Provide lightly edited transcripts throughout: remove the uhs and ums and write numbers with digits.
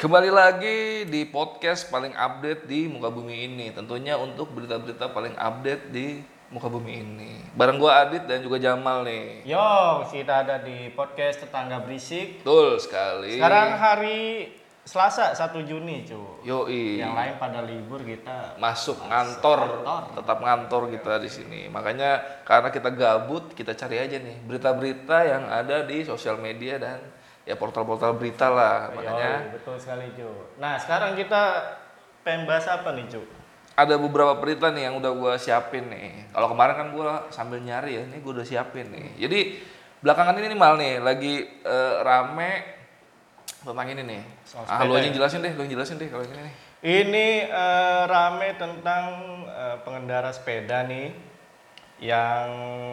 Kembali lagi di podcast paling update di muka bumi ini. Tentunya untuk berita-berita paling update di muka bumi ini. Bareng gua Adit dan juga Jamal nih. Yo, kita ada di podcast Tetangga Berisik. Betul sekali. Sekarang hari Selasa 1 Juni, cu. Yoi. Yang lain pada libur, kita Masuk ngantor, kantor. tetap ngantor kita di sini. Makanya karena kita gabut, kita cari aja nih berita-berita yang ada di sosial media dan ya portal-portal berita lah. Makanya Betul sekali, cu. Nah, sekarang kita pengen bahas apa nih, cu? ada beberapa berita nih yang udah gue siapin nih. Kalau kemarin kan gue sambil nyari ya, ini gue udah siapin nih. Jadi belakangan ini nih Mal nih lagi rame tentang ini nih. Soal Lu sepeda aja ya? jelasin deh, kalau ini nih. Ini rame tentang pengendara sepeda nih yang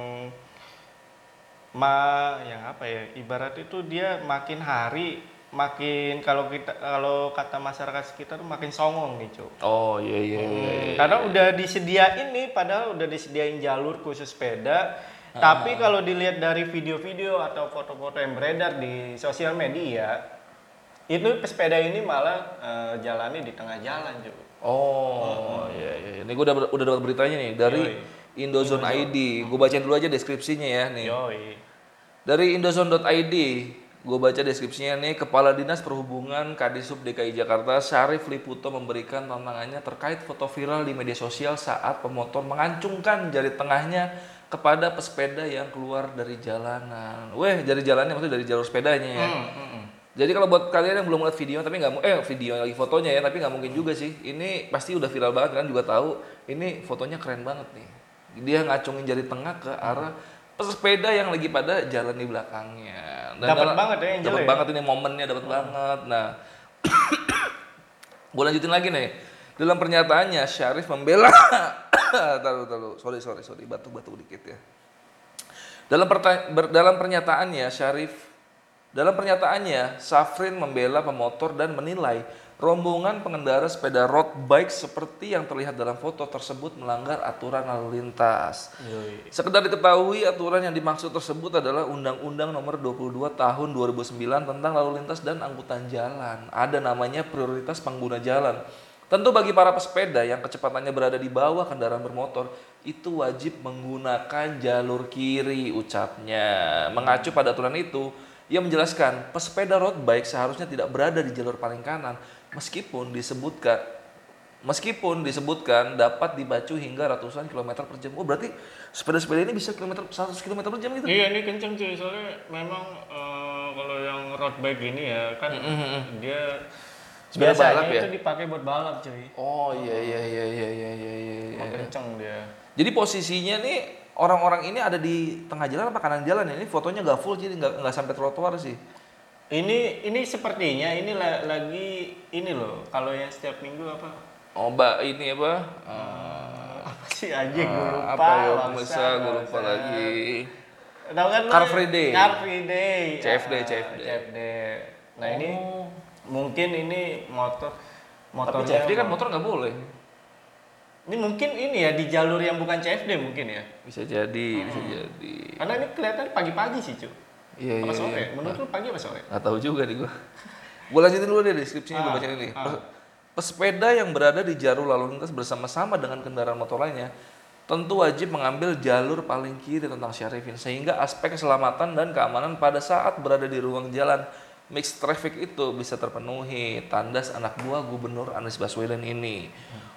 yang apa ya, ibarat itu dia makin hari makin, kalau kata masyarakat sekitar tuh makin songong nih, Cuk. Oh iya. Karena udah disediain nih, padahal udah disediain jalur khusus sepeda. Tapi kalau dilihat dari video-video atau foto-foto yang beredar di sosial media, itu pesepeda ini malah jalani di tengah jalan, Cuk. Oh iya. Ini gue udah dapat beritanya nih dari Indozone ID. Gue bacain dulu aja deskripsinya ya nih. Yoi. Dari indozone.id, gue baca deskripsinya nih, Kepala Dinas Perhubungan Kadisub DKI Jakarta, Syarif Liputo memberikan tantangannya terkait foto viral di media sosial saat pemotor mengancungkan jari tengahnya kepada pesepeda yang keluar dari jalanan. Dari jalannya maksudnya dari jalur sepedanya ya. Jadi kalau buat kalian yang belum lihat video, tapi nggak mau video lagi fotonya ya, tapi nggak mungkin juga sih. Ini pasti udah viral banget, kan juga tahu. Ini fotonya keren banget nih. Dia ngacungin jari tengah ke arah pesepeda yang lagi pada jalan di belakangnya. Dapat banget ya, Angel dapat ya? banget ini momennya, dapat banget. Nah, gue lanjutin lagi nih. Dalam pernyataannya, Syarif membela. Taruh. Sorry, batuk dikit ya. Dalam pernyataannya, Safrin membela pemotor dan menilai rombongan pengendara sepeda road bike seperti yang terlihat dalam foto tersebut melanggar aturan lalu lintas. Sekedar diketahui, aturan yang dimaksud tersebut adalah Undang-Undang Nomor 22 Tahun 2009 tentang lalu lintas dan angkutan jalan. Ada namanya prioritas pengguna jalan. Tentu bagi para pesepeda yang kecepatannya berada di bawah kendaraan bermotor, itu wajib menggunakan jalur kiri, ucapnya. Mengacu pada aturan itu, ia menjelaskan, pesepeda road bike seharusnya tidak berada di jalur paling kanan, meskipun disebutkan dapat dipacu hingga ratusan kilometer per jam. Oh, berarti sepeda-sepeda ini bisa 100 kilometer per jam gitu? Iya, ini kenceng cuy, soalnya memang kalau yang road bike ini ya kan dia Sepeda biasanya balap ya? itu dipakai buat balap cuy. Oh iya. Emang kenceng dia. Jadi posisinya nih orang-orang ini ada di tengah jalan apa kanan jalan ya? Ini fotonya nggak full, jadi nggak sampai trotoar sih. Ini sepertinya ini lagi ini loh, kalau yang setiap minggu apa? Oh mbak ini apa? Apa sih anjing, gue lupa. Apa ya pemirsa, gue lupa lagi. Tahu kan? Car Free Day. Car Free Day. CFD. Nah, ini mungkin ini Tapi motornya. CFD kan motor nggak boleh. Ini mungkin ini ya di jalur yang bukan CFD mungkin ya. Bisa jadi. Karena ini kelihatan pagi-pagi sih, Cu. Iya. Apa sore? Menurut lu pagi apa sore? Nggak tahu juga nih gue. Gue lanjutin dulu deh deskripsinya, gue bacain ini. Pesepeda yang berada di jalur lalu lintas bersama-sama dengan kendaraan motor lainnya tentu wajib mengambil jalur paling kiri tentang Syarifin, sehingga aspek keselamatan dan keamanan pada saat berada di ruang jalan mixed traffic itu bisa terpenuhi, tandas anak buah Gubernur Anies Baswedan ini.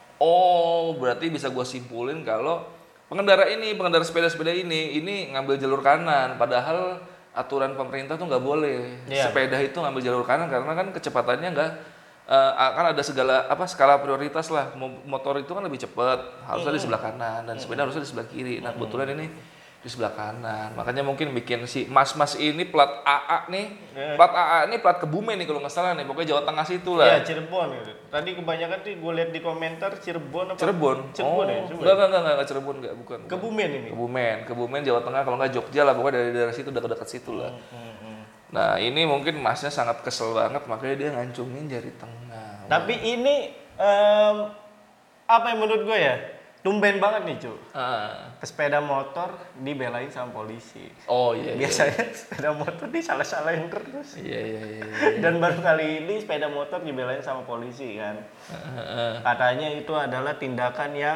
Oh, berarti bisa gue simpulin kalau pengendara sepeda-sepeda ini ngambil jalur kanan, padahal aturan pemerintah tuh nggak boleh sepeda itu ngambil jalur kanan karena kan kecepatannya nggak akan ada skala prioritas lah. Motor itu kan lebih cepat, harusnya di sebelah kanan, dan sepeda harusnya di sebelah kiri. Nah kebetulan ini di sebelah kanan, makanya mungkin bikin si mas ini plat AA nih, plat AA ini plat Kebumen nih kalau nggak salah nih, pokoknya Jawa Tengah situ lah. Iya, Cirebon gitu. Tadi kebanyakan tuh gue lihat di komentar Cirebon apa? Cirebon. Cirebon ya? Enggak Cirebon, enggak, bukan. Kebumen ini. Kebumen Jawa Tengah, kalau nggak Jogja lah, pokoknya dari daerah situ dekat-dekat situ lah. Nah ini mungkin masnya sangat kesel banget, makanya dia ngancungin jari tengah. Tapi ini apa yang menurut gue ya? tumben banget nih cu, Ah. pesepeda motor dibelain sama polisi. Oh iya. Biasanya sepeda motor disalah-salahin terus. Iya iya iya. Dan baru kali ini sepeda motor dibelain sama polisi kan. Katanya itu adalah tindakan yang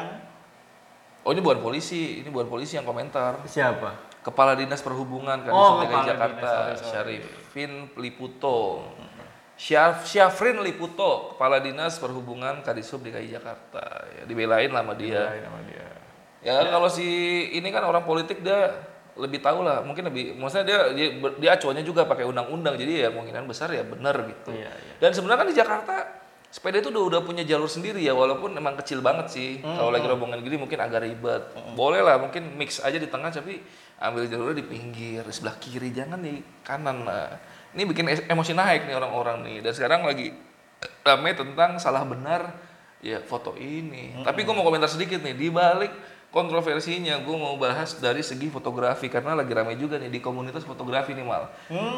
Oh ini bukan polisi yang komentar. siapa? Kepala Dinas Perhubungan kan Oh, DKI Kepala Jakarta, Dinas, sorry. Syarifin Liputo. Syafrin Liputo, Kepala Dinas Perhubungan Kadisub DKI Jakarta. Ya, dibelain lah sama dia. Dibelain sama dia. Ya kalau si ini kan orang politik dia lebih tahu lah, mungkin lebih, maksudnya dia acuannya juga pakai undang-undang, jadi ya kemungkinan besar ya benar gitu. Iya, iya. Dan sebenarnya kan di Jakarta sepeda itu udah punya jalur sendiri ya, walaupun emang kecil banget sih. Kalau lagi rombongan gini mungkin agak ribet. Boleh lah, mungkin mix aja di tengah, tapi ambil jalurnya di pinggir, di sebelah kiri, jangan di kanan. Nah, ini bikin emosi naik nih orang-orang nih. Dan sekarang lagi rame tentang salah benar ya foto ini. Tapi gue mau komentar sedikit nih, di balik kontroversinya gue mau bahas dari segi fotografi karena lagi rame juga nih di komunitas fotografi nih Mal.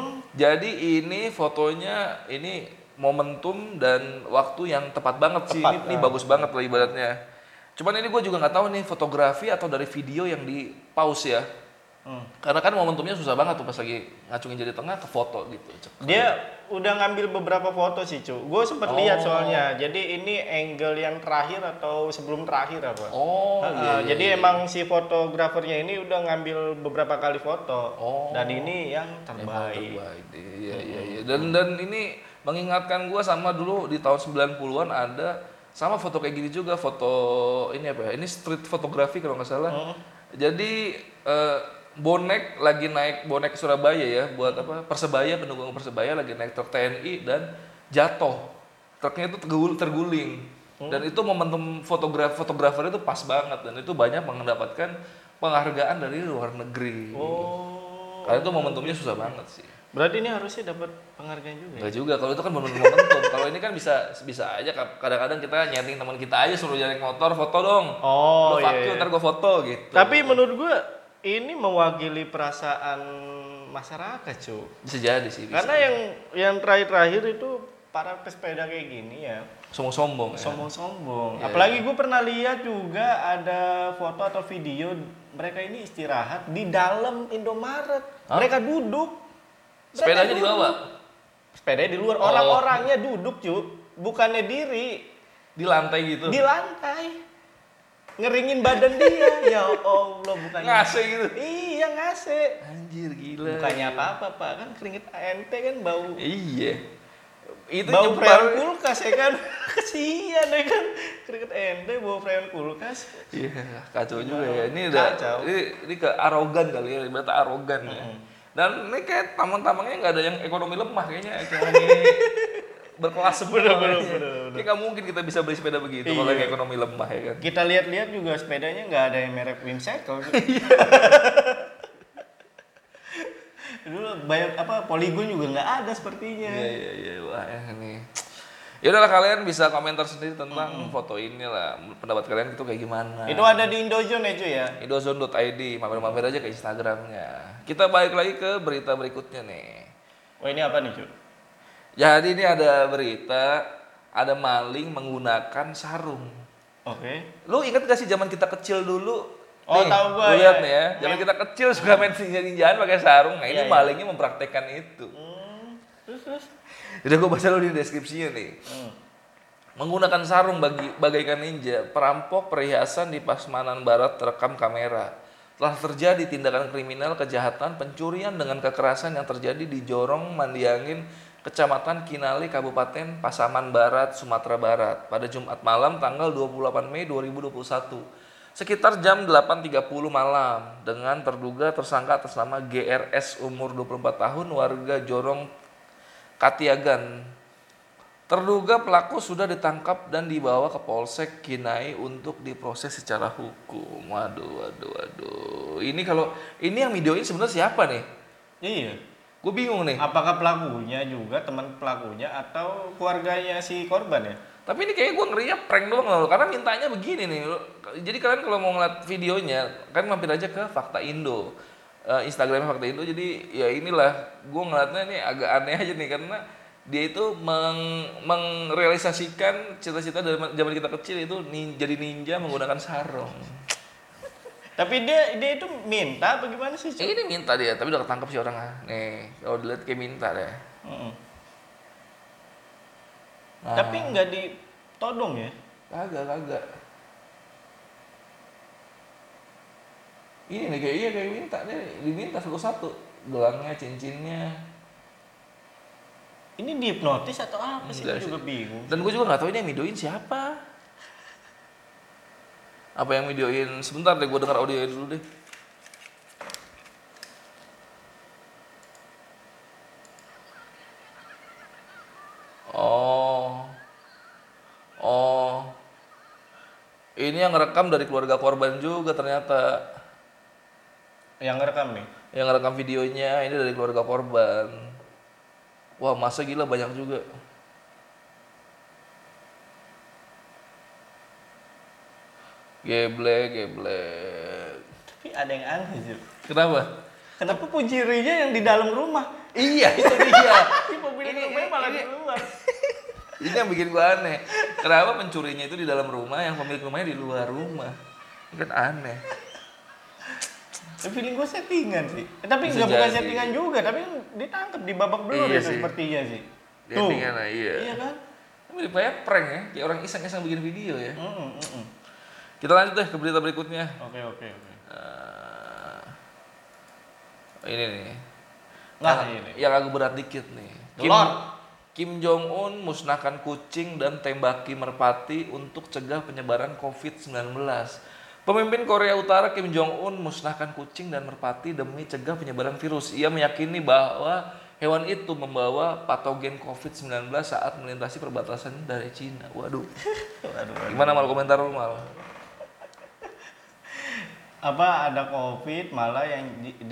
Jadi ini fotonya ini momentum dan waktu yang tepat banget sih. Ini bagus banget lah ibaratnya. Cuman ini gue juga nggak tahu nih fotografi atau dari video yang di pause ya. Karena kan momentumnya susah banget tuh pas lagi ngacungin jari tengah ke foto gitu. Dia udah ngambil beberapa foto sih cu. Gue sempet lihat soalnya. Jadi ini angle yang terakhir atau sebelum terakhir apa? Oh, iya, jadi emang si fotografernya ini udah ngambil beberapa kali foto. Oh. Dan ini yang Emang terbaik. terbaik. Iya iya iya. Dan ini mengingatkan gue sama dulu di tahun 90-an ada sama foto kayak gini juga, foto ini apa ya? Ini street fotografi kalau nggak salah. Jadi bonek lagi naik bonek ke Surabaya ya buat apa? Persebaya, pendukung Persebaya lagi naik truk TNI dan jatuh. Truknya itu terguling. Dan itu momentum fotografer itu pas banget dan itu banyak mendapatkan penghargaan dari luar negeri. Oh. Karena itu momentumnya susah banget sih. Berarti ini harusnya dapat penghargaan juga ya? Enggak juga, kalau itu kan momentum. Kalau ini kan bisa aja kadang-kadang kita nyeting teman kita aja suruh jalan motor, foto dong. Oh Lu fuck you, iya. ntar gua foto gitu. Tapi menurut gue ini mewakili perasaan masyarakat cu. bisa jadi sih, bisa. Karena yang terakhir-terakhir itu para pesepeda kayak gini ya. Sombong-sombong ya. Sombong-sombong. Iya, Apalagi gue pernah lihat juga ada foto atau video mereka ini istirahat di dalam Indomaret. Hah? Mereka duduk. Sepedanya Mereka dibawa duduk. Sepedanya di luar. Oh. Orang-orangnya duduk cu. Bukannya diri. di lantai gitu. Di lantai. Ngeringin badan dia. Ya Allah bukannya. Ngasih gitu. Iya ngasih. Anjir gila. Bukannya apa-apa pak. Kan keringet ente kan bau. Iya. Itu Bau nyebar. freon kulkas ya kan. Kesian ya kan. Keringet ente bau freon kulkas. Iya, kacau juga ya. Ini udah Kacau. ini ke arogan kali ya, ibaratnya arogan ya. Dan ini kayak taman-tamannya nggak ada yang ekonomi lemah kayaknya, ekonomi berkelas semua. Bener. Kayak nggak mungkin kita bisa beli sepeda begitu kalau yang ekonomi lemah ya kan. Kita lihat-lihat juga sepedanya nggak ada yang merek Wimcycle. Dulu banyak Polygon juga nggak ada sepertinya. Iya, wah ini. Ya udahlah kalian bisa komentar sendiri tentang foto ini lah. Pendapat kalian itu kayak gimana? Itu ada di Indozone ya cuy ya. Indozone.id, mampir-mampir aja ke Instagramnya. Kita balik lagi ke berita berikutnya nih. Oh ini apa nih cuy? Jadi ini ada berita, ada maling menggunakan sarung. Oke. Lu inget gak sih zaman kita kecil dulu? Oh, Nih, tahu gua, lu lihat ya. nih ya. Zaman kita kecil suka main ninja-ninjaan pakai sarung. Nah, ini Iya, iya. malingnya mempraktekkan itu. Terus. Udah gue baca dulu di deskripsinya nih. Menggunakan sarung bagaikan ninja, perampok perhiasan di Pasmanan Barat terekam kamera. Telah terjadi tindakan kriminal kejahatan pencurian dengan kekerasan yang terjadi di Jorong Mandiangin, Kecamatan Kinali, Kabupaten Pasaman Barat, Sumatera Barat pada Jumat malam tanggal 28 Mei 2021. Sekitar jam 8.30 malam dengan terduga tersangka atas nama GRS umur 24 tahun warga Jorong Katiagan. Terduga pelaku sudah ditangkap dan dibawa ke Polsek Kinai untuk diproses secara hukum. Waduh. Ini yang videoin sebenarnya siapa nih? Iya. Gue bingung nih. Apakah pelakunya juga teman pelakunya atau keluarganya si korban ya? Tapi ini kayaknya gue ngerinya prank doang loh, karena mintanya begini nih. Jadi kalian kalau mau ngeliat videonya, kan mampir aja ke Fakta Indo. Instagramnya Fakta Indo. Jadi ya inilah, gue ngeliatnya nih agak aneh aja nih karena dia itu mengrealisasikan cita-cita dari zaman kita kecil itu jadi ninja menggunakan sarung. Tapi dia itu minta apa gimana sih, Cuk? Ini minta dia, tapi udah ketangkep sih orangnya. Nih, kalau dilihat kayak minta deh. Mm-mm. Nah, Tapi nggak ditodong ya? kagak. Ini nih kayak minta nih, diminta satu-satu. Gelangnya, cincinnya. Ini dihipnotis atau apa sih? Enggak Gue juga sih. bingung. Dan gue juga nggak tahu ini yang videoin siapa. Apa yang videoin? Sebentar deh, gue dengar audionya dulu deh. Oh, ini yang ngerekam dari keluarga korban juga ternyata. Yang ngerekam nih? Yang ngerekam videonya ini dari keluarga korban. Wah, masa gila banyak juga. Geblek. Tapi ada yang aneh sih. Kenapa? Kenapa pencurinya yang di dalam rumah? Iya, itu dia. Si pemilik rumahnya malah di luar. Ini yang bikin gua aneh. Kenapa pencurinya itu di dalam rumah, yang pemilik rumahnya di luar rumah? Ini kan aneh. Feeling gue settingan sih. Tapi Bisa nggak bukan jadi. settingan juga, tapi ditangkap di babak belur Iya itu sih. sepertinya sih. Endingan lah, iya. Iya kan? Mirip kayak prank ya, kayak orang iseng-iseng bikin video ya. Mm. Kita lanjut deh ke berita berikutnya. Oke. Ini nih. Nah, yang, ini. yang agak berat dikit nih. Kim Jong Un musnahkan kucing dan tembaki merpati untuk cegah penyebaran COVID-19. Pemimpin Korea Utara Kim Jong Un musnahkan kucing dan merpati demi cegah penyebaran virus. Ia meyakini bahwa hewan itu membawa patogen COVID-19 saat melintasi perbatasan dari Cina. Waduh. Gimana Mal, komentar lu Mal? Apa ada COVID malah yang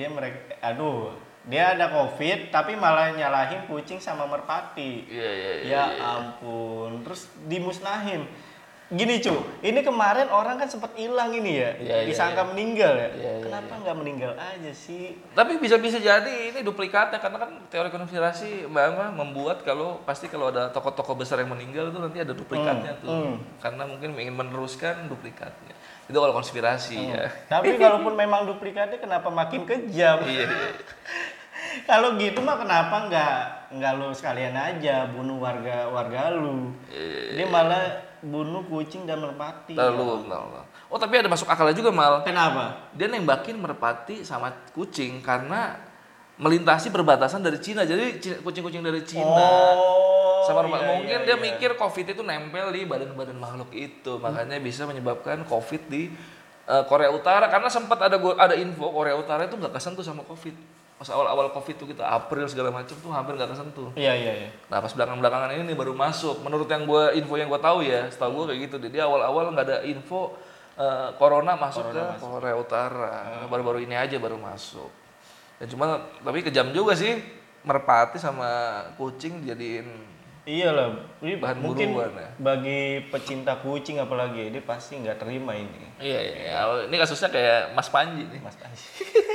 dia ada COVID tapi malah nyalahin kucing sama merpati. Iya. Ya ampun, terus dimusnahin. Gini cu, ini kemarin orang kan sempat hilang ini ya, disangka meninggal ya. Kenapa nggak meninggal aja sih? Tapi bisa jadi ini duplikatnya karena kan teori konspirasi membuat kalau ada tokoh-tokoh besar yang meninggal itu nanti ada duplikatnya tuh. Karena mungkin ingin meneruskan duplikatnya. Itu kalau konspirasi ya. Tapi kalaupun memang duplikatnya kenapa makin kejam? Iya. Kalau gitu mah kenapa nggak lu sekalian aja bunuh warga lu? Dia malah bunuh kucing dan merpati. Lalu. Oh tapi ada masuk akalnya juga Mal. Kenapa? Dia nembakin merpati sama kucing karena melintasi perbatasan dari Cina. Jadi kucing-kucing dari Cina sama mungkin dia mikir COVID itu nempel di badan-badan makhluk itu, makanya bisa menyebabkan COVID di Korea Utara. Karena sempat ada info Korea Utara itu nggak kesentuh sama COVID. Pas awal-awal COVID tuh kita April segala macam tuh hampir nggak kesentuh. Iya. Nah pas belakangan ini nih baru masuk. Menurut info yang gue tahu ya, setahu gue kayak gitu. Jadi awal-awal nggak ada info corona masuk ke Korea Utara. Baru-baru ini aja baru masuk. Dan tapi kejam juga sih merpati sama kucing dijadiin. Iyalah, Bahan mungkin buruan ya. bagi pecinta kucing apalagi dia pasti nggak terima ini. Iya. Ini kasusnya kayak Mas Panji nih. Mas Panji.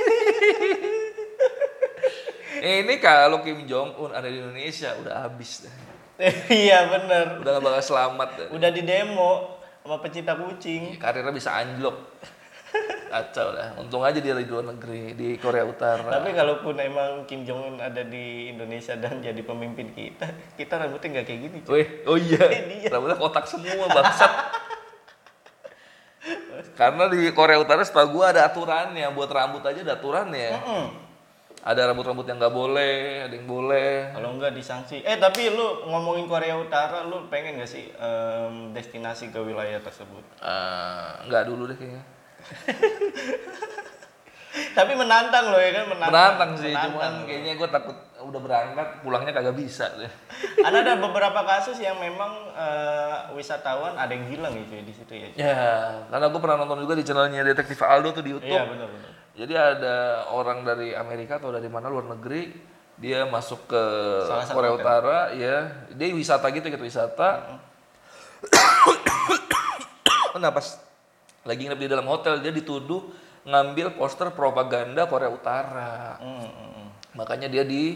Ini kalau Kim Jong Un ada di Indonesia udah habis dah. Iya bener. Udah gak bakal selamat dah. Udah di demo sama pecinta kucing. Karirnya bisa anjlok. Kacau lah. Untung aja dia di luar negeri, di Korea Utara. Tapi kalaupun emang Kim Jong Un ada di Indonesia dan jadi pemimpin kita rambutnya nggak kayak gini. Wih, oh iya. Rambutnya kotak semua bangsat. Karena di Korea Utara setahu gua ada aturannya, buat rambut aja ada aturannya. Ada rambut-rambut yang nggak boleh, ada yang boleh. Kalau nggak disanksi. Tapi lu ngomongin Korea Utara, lu pengen nggak sih destinasi ke wilayah tersebut? Nggak dulu deh kayaknya. Tapi menantang loh ya kan, Menantang sih, cuman kayaknya gue takut udah berangkat pulangnya kagak bisa deh. Ada beberapa kasus yang memang wisatawan ada yang hilang gitu ya di situ ya. Ya, karena gue pernah nonton juga di channelnya Detektif Aldo tuh di YouTube. Iya benar. Jadi ada orang dari Amerika atau dari mana luar negeri, dia masuk ke Korea Utara, ya, dia wisata gitu wisata. Nah pas lagi nginep di dalam hotel dia dituduh ngambil poster propaganda Korea Utara. Makanya dia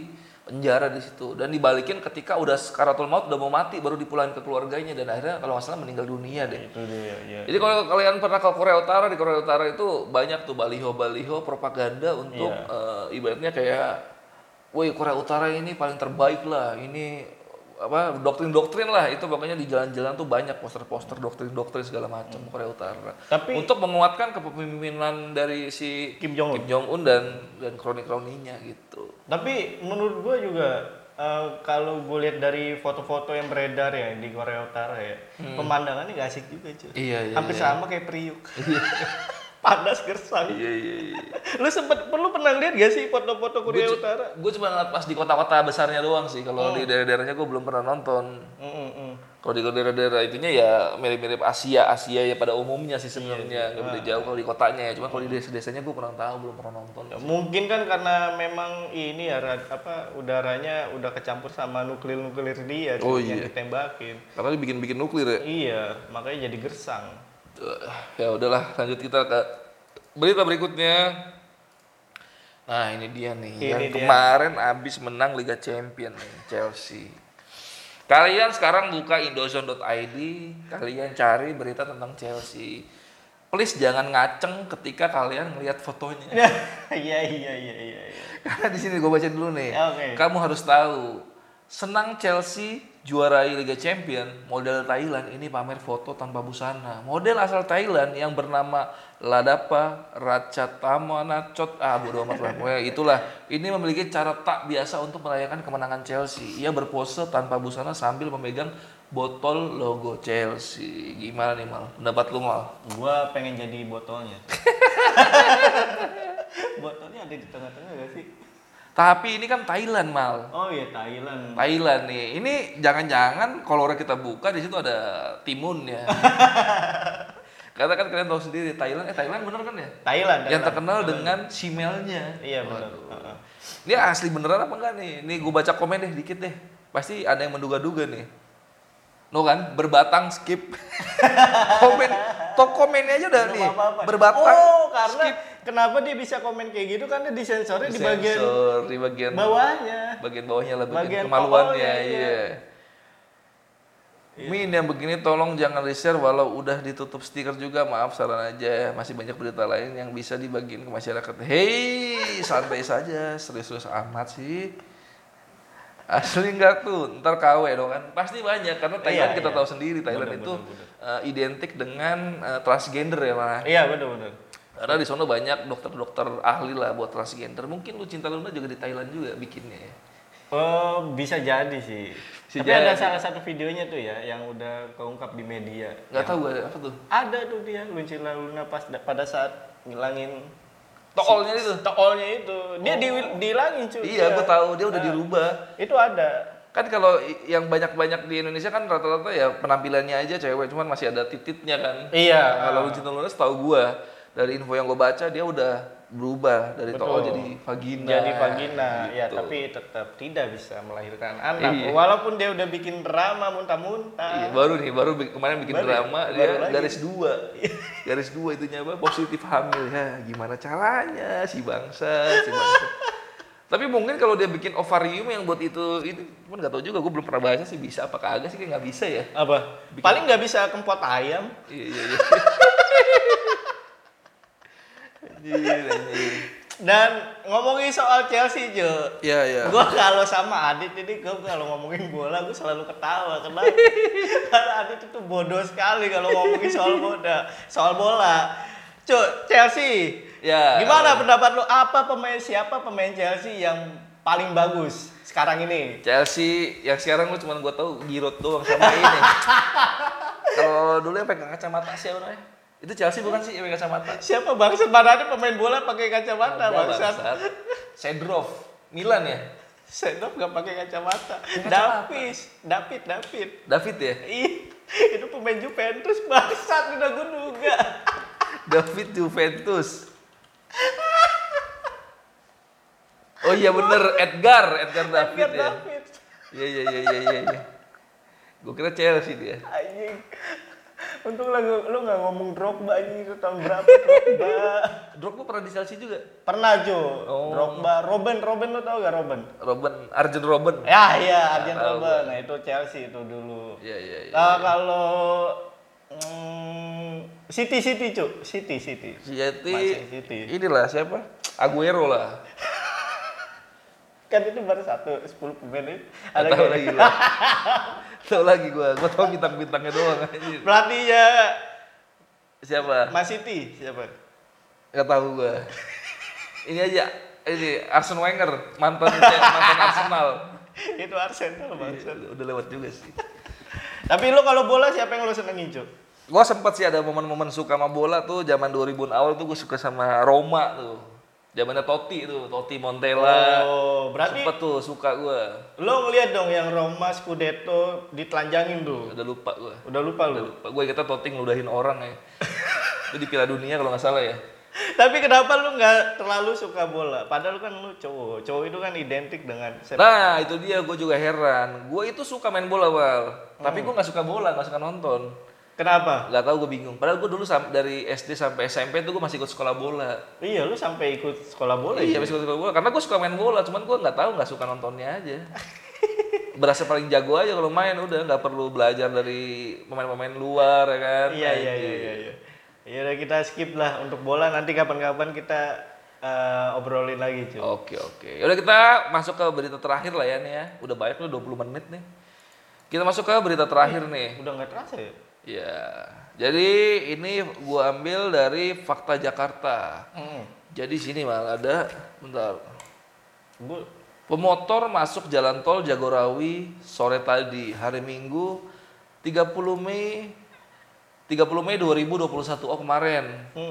penjara di situ dan dibalikin ketika udah sakaratul maut, udah mau mati, baru dipulangin ke keluarganya dan akhirnya kalau nggak salah meninggal dunia deh. Itu dia, ya. Jadi kalau kalian pernah ke Korea Utara, di Korea Utara itu banyak tuh baliho-baliho propaganda untuk ibaratnya kayak, woi Korea Utara ini paling terbaik lah, ini apa doktrin-doktrin lah, itu pokoknya di jalan-jalan tuh banyak poster-poster doktrin-doktrin segala macam Korea Utara. Tapi Untuk menguatkan kepemimpinan dari si Kim Jong Un. Kim Jong Un dan kroni-kroninya gitu. Tapi menurut gua juga kalau gue lihat dari foto-foto yang beredar ya di Korea Utara ya, pemandangannya gak asik juga cuy. Iya, Hampir sama kayak Priuk. Panas gersang. Iya. Lu pernah lihat gak sih foto-foto Korea Utara? Gue cuma ngeliat pas di kota-kota besarnya doang sih. Kalau di daerah-daerahnya gue belum pernah nonton. Kalau di daerah-daerah itunya ya mirip-mirip Asia ya pada umumnya sih sebenarnya. Nggak beda jauh kalau di kotanya ya. Cuma kalau di desa-desanya gue kurang tahu, belum pernah nonton. Mungkin kan karena memang ini ya udaranya udah kecampur sama nuklir dia yang ditembakin. Karena dibikin nuklir ya. Iya, makanya jadi gersang. Ya udahlah, lanjut kita ke berita berikutnya. Nah ini dia nih, yang kemarin abis menang Liga Champion nih, Chelsea. Kalian sekarang buka indozone.id, kalian cari berita tentang Chelsea. Please jangan ngaceng ketika kalian ngelihat fotonya. Iya. Karena di sini gue baca dulu nih. Okay. Kamu harus tahu, senang Chelsea juarai Liga Champion, model Thailand ini pamer foto tanpa busana. Model asal Thailand yang bernama Ladapa Ratchathamanorn, bodo amat lah. Pokoknya itulah. Ini memiliki cara tak biasa untuk merayakan kemenangan Chelsea. Ia berpose tanpa busana sambil memegang botol logo Chelsea. Gimana nih Mal? Pendapat lu Mal? Gua pengen jadi botolnya. Botolnya ada di tengah-tengah gak sih? Tapi ini kan Thailand Mal. Oh iya Thailand. Thailand nih. Ini jangan-jangan kalau orang kita buka di situ ada timunnya. Karena kan kalian tahu sendiri Thailand bener kan ya? Thailand. Yang terkenal dengan simelnya. Iya benar. Ini asli beneran apa enggak nih? Nih gue baca komen deh dikit deh. Pasti ada yang menduga-duga nih. No kan? Berbatang skip. komennya aja udah nih. Berbatang karena skip. Kenapa dia bisa komen kayak gitu? Karena disensornya di bagian bawahnya. Bagian bawahnya lah, bagian kemaluannya. Iya. Min yang begini tolong jangan di-share walau udah ditutup stiker juga, maaf saran aja. Masih banyak berita lain yang bisa dibagiin ke masyarakat. Hei, santai saja, serius-serius amat sih. Asli enggak tuh, ntar KW dong kan. Pasti banyak, karena Thailand kita tahu sendiri, Thailand itu identik dengan transgender ya malah. Iya benar. Karena di sana banyak dokter-dokter ahli lah buat transgender. Mungkin Lucinta Luna juga di Thailand juga bikinnya ya. Oh, bisa jadi sih. Tapi ada salah satu videonya tuh ya yang udah keungkap di media. Nggak tahu gue apa tuh. Ada tuh dia Lucinta Luna pada saat ngilangin toolnya itu. Dia dihilangin cuy. Iya, gue tahu dia udah dirubah. Itu ada. Kan kalau yang banyak-banyak di Indonesia kan rata-rata ya penampilannya aja cewek, cuman masih ada tititnya kan. Iya. Kalau Lucinta Luna setahu gue dari info yang gue baca dia udah berubah dari tool jadi vagina. Gitu. Ya tapi tetap tidak bisa melahirkan anak. Iya. Walaupun dia udah bikin drama muntah-muntah. Iya, baru kemarin bikin drama dia garis 2. Garis 2 itunya apa? Positif hamil ya. Gimana caranya si bangsa. Tapi mungkin kalau dia bikin ovarium yang buat itu cuman nggak tahu juga, gue belum pernah baca sih bisa apa kagak sih, kayak nggak bisa ya. Apa? Paling nggak bisa kempot ayam. Iya. Dan ngomongin soal Chelsea Jo, iya. Gue kalau sama Adit ini, gue kalau ngomongin bola gue selalu ketawa. Kenapa? Karena Adit itu bodoh sekali kalau ngomongin soal bola. Chelsea. Ya. Gimana pendapat lu? Siapa pemain Chelsea yang paling bagus sekarang ini? Chelsea yang sekarang gue cuma tahu Giroud doang sama ini. Kalau dulu yang pegang kacamata siapa namanya? Itu Chelsea bukan sih yang pakai kacamata? Siapa bangsat? Mana ada pemain bola pakai kacamata bangsat? Sedrov, Milan ya? Sedrov nggak pakai kacamata. David ya? Ih, itu pemain Juventus bangsat, udah gue duga. David Juventus. Oh iya bener, Edgar David ya? Iya. Gue kira Chelsea dia. Anjing. Untung lu nggak ngomong Drogba ini itu tahun berapa Drogba? Drogba pernah di Chelsea juga. Pernah Jo. Oh. Drogba, Robben lu tau gak Robben? Arjen Robben. Ya iya, Arjen tahu Robben. gua. Nah itu Chelsea itu dulu. Iya iya iya. Nah, kalau City cu, City. Masih City. Inilah siapa? Aguero lah. Kan itu baru 10 pemain itu. Ada tahu lagi gua. Tahu lagi gua tahu bintang-bintangnya doang anjir. Pelatihnya Siapa? Man City siapa? Enggak tahu gua. Ini aja, ini Arsene Wenger, mantan Arsenal. Itu Arsenal bangsa. Udah lewat juga sih. Tapi lu kalau bola siapa yang lu senengin, Cuk? Gua sempet sih ada momen-momen suka sama bola tuh zaman 2000-an awal tuh gua suka sama Roma tuh. Zamannya Totti Montella. Oh, berarti sempet tuh suka gua. lo ngeliat dong yang Roma Scudetto ditelanjangin tuh. Udah lupa gua. Udah lupa lu. Gua ingetnya Totti ngeludahin orang ya. Itu di Piala Dunia kalau nggak salah ya. Tapi kenapa lu nggak terlalu suka bola? Padahal kan lu cowok. Cowok itu kan identik dengan sepak. Nah itu dia, gue juga heran. Gue itu suka main bola tapi gue nggak suka bola, nggak suka nonton. Kenapa? Nggak tahu, gue bingung. Padahal gue dulu dari SD sampai SMP tuh gue masih ikut sekolah bola. Iya, lu sampai ikut sekolah bola. Iya, masih ikut sekolah bola. Karena gue suka main bola, cuman gue nggak tahu, nggak suka nontonnya aja. Berasa paling jago aja kalau main, udah nggak perlu belajar dari pemain-pemain luar ya kan. Iya. Ya udah kita skip lah untuk bola, nanti kapan-kapan kita obrolin lagi, cuy. Oke. Yaudah kita masuk ke berita terakhir lah ya nih ya. Udah banyak nih 20 menit nih. Kita masuk ke berita terakhir nih. Udah nggak terasa ya? Ya. Jadi ini gua ambil dari Fakta Jakarta. Jadi sini malah ada, bentar. Pemotor masuk jalan tol Jagorawi sore tadi, hari Minggu 30 Mei 2021 kemarin.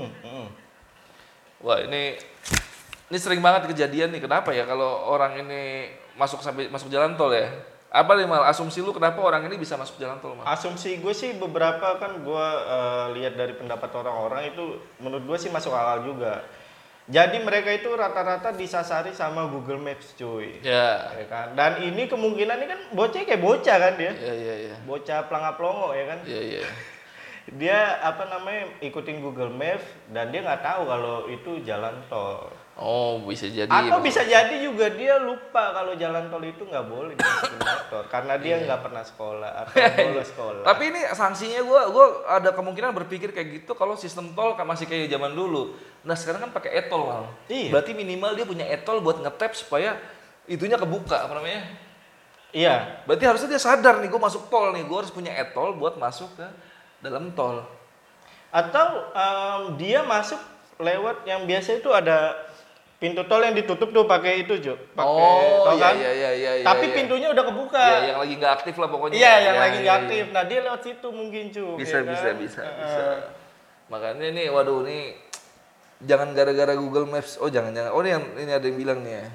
Wah, ini sering banget kejadian nih. Kenapa ya kalau orang ini masuk jalan tol ya? Apa nih Mal, asumsi lu kenapa orang ini bisa masuk jalan tol, Mal? Asumsi gue sih beberapa kan gue lihat dari pendapat orang-orang itu menurut gue sih masuk akal juga. Jadi mereka itu rata-rata disasari sama Google Maps, cuy. Ya. Ya kan? Dan ini kemungkinan ini kan bocah kayak bocah kan dia. Iya. Bocah pelangap-pelongo ya kan. Iya. Dia ikutin Google Maps dan dia nggak tahu kalau itu jalan tol. Oh, bisa jadi. Atau bisa jadi juga dia lupa kalau jalan tol itu nggak boleh dimasukin motor karena dia nggak pernah sekolah atau bolos sekolah. Tapi ini sanksinya gua ada kemungkinan berpikir kayak gitu kalau sistem tol kan masih kayak zaman dulu. Nah, sekarang kan pakai e-tol, Mal. Iya. Berarti minimal dia punya e-tol buat nge-tap supaya itunya kebuka, apa namanya? Iya. Berarti harusnya dia sadar nih, gue masuk tol nih, gue harus punya e-tol buat masuk ke dalam tol. Atau dia masuk lewat yang biasa itu ada pintu tol yang ditutup tuh pakai itu, Jo. Pakai tol kan? Iya. Tapi pintunya udah kebuka. Iya, yang lagi nggak aktif lah pokoknya. Iya, yang lagi nggak aktif. Nah, dia lewat situ mungkin, Cu. Bisa. Ya kan? Bisa. Makanya nih, waduh nih, jangan gara-gara Google Maps. Oh, jangan. Oh, ini ada yang bilang nih ya.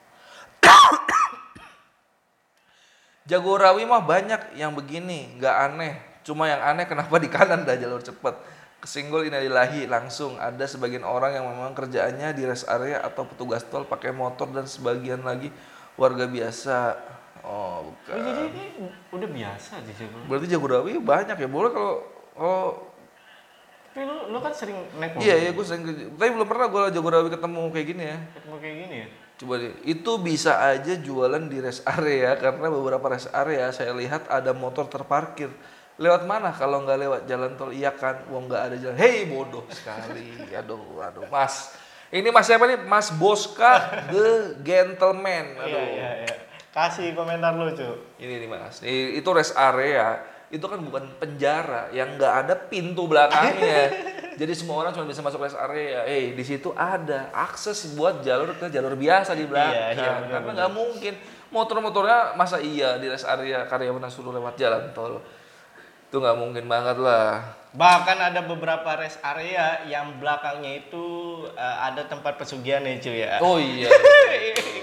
Jagorawi mah banyak yang begini, nggak aneh. Cuma yang aneh kenapa di kanan dah jalur cepat. Kesinggol innalillahi langsung. Ada sebagian orang yang memang kerjaannya di rest area atau petugas tol pakai motor dan sebagian lagi warga biasa. Oh, bukan. Jadi ini udah biasa di situ. Berarti Jagorawi banyak ya. Boleh kalau Tapi lu kan sering naik mobil. Iya, gue sering tapi belum pernah gue Jagorawi ketemu kayak gini ya. Ketemu kayak gini ya? Coba deh, itu bisa aja jualan di rest area karena beberapa rest area saya lihat ada motor terparkir. Lewat mana kalau nggak lewat jalan tol? Iya kan, uang nggak ada jalan. Hei, bodoh sekali. Aduh, Mas. Ini Mas siapa nih? Mas Boska the Gentleman. Aduh. Iya. Kasih komentar lu, Cu. Ini nih Mas. Itu rest area. Itu kan bukan penjara yang nggak ada pintu belakangnya. Jadi semua orang cuma bisa masuk rest area. Di situ ada akses buat jalur ke jalur biasa di belakang. Iya, Karena nggak mungkin motor-motornya masa iya di rest area Karyawan suruh lewat jalan tol. Itu nggak mungkin banget lah. Bahkan ada beberapa rest area yang belakangnya itu ada tempat pesugihan ya, cuy ya. Oh iya.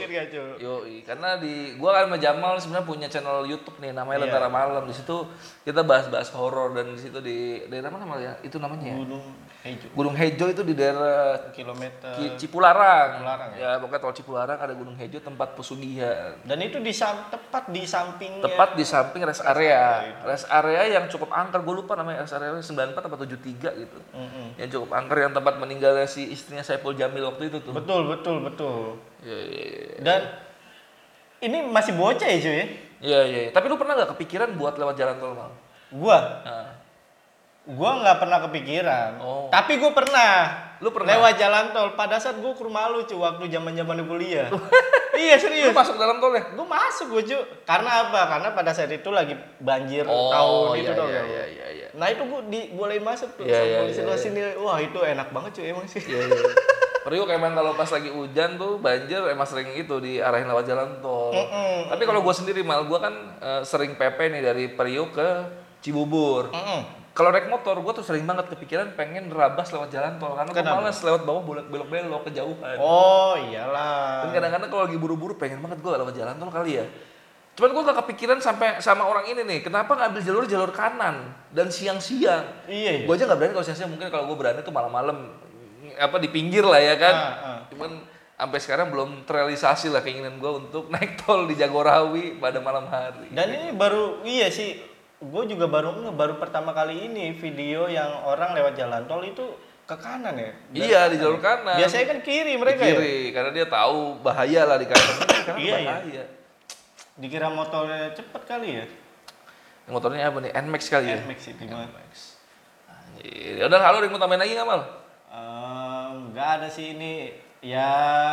Ingat gak cuy? Yoi, karena gua kan sama Jamal sebenarnya punya channel YouTube nih namanya Iya. Lentera Malam. Di situ kita bahas-bahas horor dan di situ di daerah mana namanya? Itu namanya ya? Gunung Hejo. Gunung Hejo itu di daerah Kilometer. Cipularang. Cipularang, Ya, pokoknya tol Cipularang ada Gunung Hejo tempat pesugihan. Dan itu tepat di sampingnya. Tepat di samping rest area. Rest area yang cukup angker, gue lupa namanya rest area 94 atau 73 gitu. Yang cukup angker yang tempat meninggalnya si istrinya Saipul Jamil waktu itu tuh. Betul. Iya, iya, iya. Dan ini masih bocah ya cuy ya? Iya. Tapi lu pernah nggak kepikiran buat lewat jalan tol, Mal? Gua Nah, nggak pernah kepikiran. Oh. Tapi gua pernah. Lu pernah? Lewat jalan tol pada saat gua ke rumah lu cuy waktu zaman-zaman kuliah. Iya lu serius. masuk dalam tol ya? Gue masuk gue cuy. Karena apa? Karena pada saat itu lagi banjir tahun itu dong. iya. Nah itu gue boleh masuk tuh Iya, sama polisi sini. Wah itu enak banget cuy emang sih. Iya. Priuk emang kalau pas lagi hujan tuh banjir emang sering itu diarahin lewat jalan tol. Tapi kalau gue sendiri Mal, gue kan sering PP nih dari Priuk ke Cibubur. Kalau naik motor, gue tuh sering banget kepikiran pengen nerabas lewat jalan tol karena gue males lewat bawah belok-belok kejauhan. Oh iyalah. Dan kadang-kadang kalau lagi buru-buru pengen banget gue lewat jalan tol kali ya. Cuman gue gak kepikiran sampai sama orang ini nih, kenapa ngambil jalur kanan dan siang-siang? Iya. Gue aja nggak berani kalau siang-siang, mungkin kalau gue berani tuh malam-malam apa di pinggir lah ya kan. Cuman sampai sekarang belum terrealisasi lah keinginan gue untuk naik tol di Jagorawi pada malam hari. Dan ini baru sih. Gue juga baru pertama kali ini video yang orang lewat jalan tol itu ke kanan ya. Iya di jalur kanan. Biasanya kan kiri mereka di kiri, karena dia tahu bahaya lah di kanan. Karena Iya, bahaya. Dikira motornya cepet kali ya. Yang motornya apa nih? NMAX kali ya? NMAX itu mah. Ya udah, kalau mau tambahin lagi nggak Mal? Nggak ada sih ini. Ya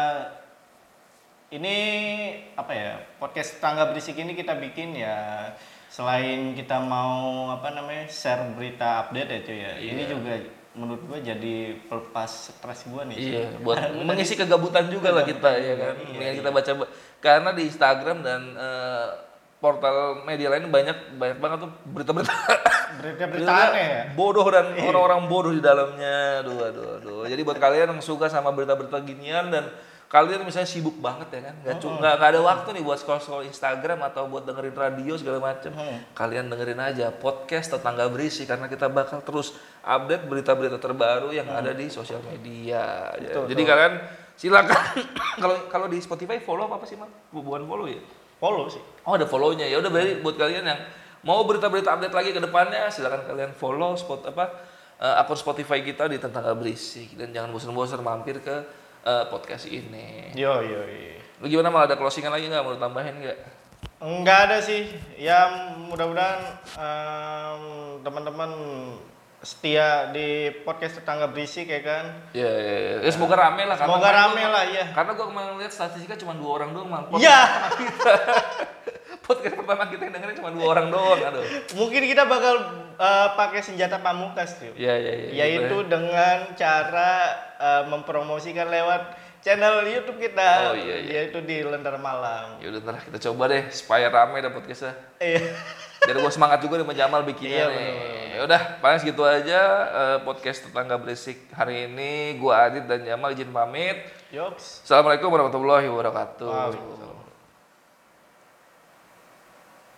ini apa ya? Podcast Tetangga Berisik ini kita bikin ya selain kita mau share berita update ya cuy ya. Ini juga menurut gua jadi pelepas stres gua nih. Iya, buat mengisi kegabutan juga lah kita ya kan. Iya. Kita baca karena di Instagram dan portal media lain banyak banget tuh berita-berita aneh ya. bodoh dan orang-orang bodoh di dalamnya. Aduh. Jadi buat kalian yang suka sama berita-berita ginian dan kalian misalnya sibuk banget ya kan, nggak ada waktu nih buat scroll Instagram atau buat dengerin radio segala macem. Kalian dengerin aja podcast Tetangga Berisik karena kita bakal terus update berita-berita terbaru yang ada di sosial media. Jadi kalian silakan kalau di Spotify follow apa sih Mak? Bukan follow ya? Follow sih. Oh ada follownya ya udah, berarti buat kalian yang mau berita-berita update lagi ke depannya silakan kalian follow akun Spotify kita di Tetangga Berisik dan jangan bosan-bosan mampir ke podcast ini. Yo. Lu gimana, Mal, ada closingan lagi nggak? Mau tambahin nggak? Enggak ada sih. Ya mudah-mudahan teman-teman setia di podcast Tetangga Berisik ya kan. Ya, semoga rame lah. Semoga rame lah ya. Karena gua kemarin lihat statistiknya cuma 2 orang doang, Mal. Iya. Podcast pertama kita yang dengerin cuma 2 orang doang, aduh. Mungkin kita bakal pakai senjata pamungkas tuh. Iya. Yaitu dengan cara mempromosikan lewat channel YouTube kita. Oh, iya. Yaitu di Lentera Malam. Ya udah, ntar kita coba deh supaya rame dah podcastnya. Iya. Biar gua semangat juga nih sama Jamal bikinnya nih. Ya udah, paling segitu aja podcast Tetangga Berisik hari ini. Gua Adit dan Jamal izin pamit. Yops. Assalamualaikum warahmatullahi wabarakatuh. Waalaikumsalam.